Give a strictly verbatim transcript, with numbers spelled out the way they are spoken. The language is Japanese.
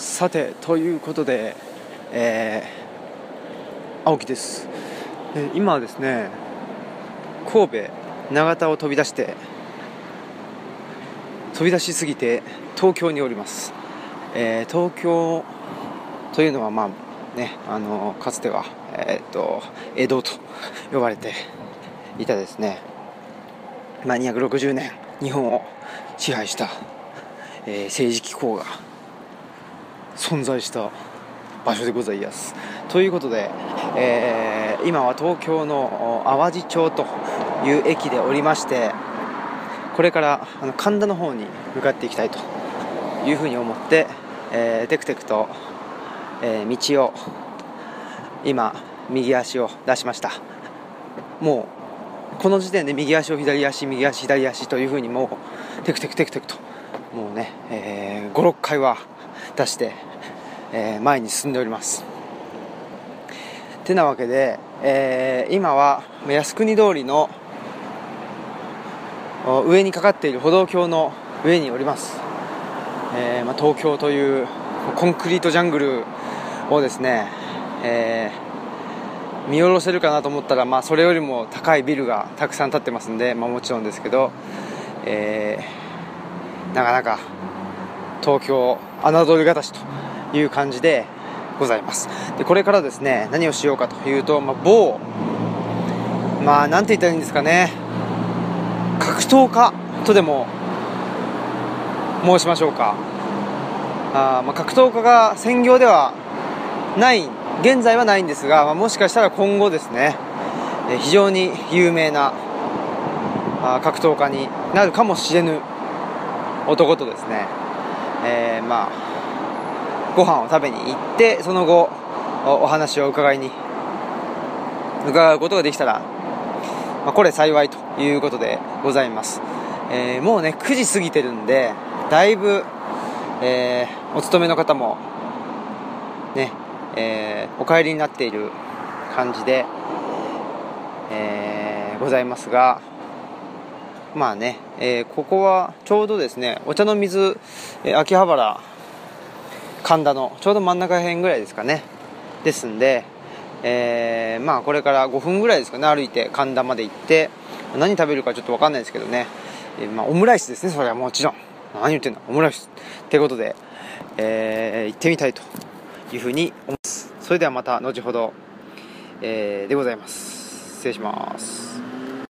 さてということで、えー、青木です。えー、今はですね、神戸長田を飛び出して飛び出しすぎて東京におります。えー、東京というのはまあね、あのかつては、えー、っと江戸と呼ばれていたですね、まあ、にひゃくろくじゅうねん日本を支配した、えー、政治機構が存在した場所でございます。ということで、えー、今は東京の淡路町という駅でおりまして、これからあの神田の方に向かっていきたいというふうに思って、えー、テクテクと、えー、道を今右足を出しました。もうこの時点で右足を左足右足左足というふうにもうテクテクテクテクともうね、えー、ごろっかいは出して、えー、前に進んでおります。てなわけで、えー、今は靖国通りの上にかかっている歩道橋の上におります。えーまあ、東京というコンクリートジャングルをですね、えー、見下ろせるかなと思ったら、まあ、それよりも高いビルがたくさん建ってますんで、まあ、もちろんですけど、えー、なかなか東京侮りがたしという感じでございます。でこれからですね、何をしようかというと、まあ、某まあなんて言ったらいいんですかね、格闘家とでも申しましょうか。あ、まあ、格闘家が専業ではない現在はないんですが、まあ、もしかしたら今後ですね、え非常に有名なあ格闘家になるかもしれぬ男とですね、えー、まあご飯を食べに行って、その後お話を伺いに伺うことができたら、まあ、これ幸いということでございます。えー、もうねくじ過ぎてるんで、だいぶ、えー、お勤めの方もね、えー、お帰りになっている感じで、えー、ございますが、まあね、えー、ここはちょうどですね、お茶の水、えー、秋葉原神田のちょうど真ん中辺ぐらいですかね。ですんで、えー、まあこれからごふんぐらいですかね、歩いて神田まで行って、何食べるかちょっと分かんないですけどね、えー、まあオムライスですね。それはもちろん、何言ってんだオムライスってことで、えー、行ってみたいというふうに思います。それではまた後ほど、えー、でございます。失礼します。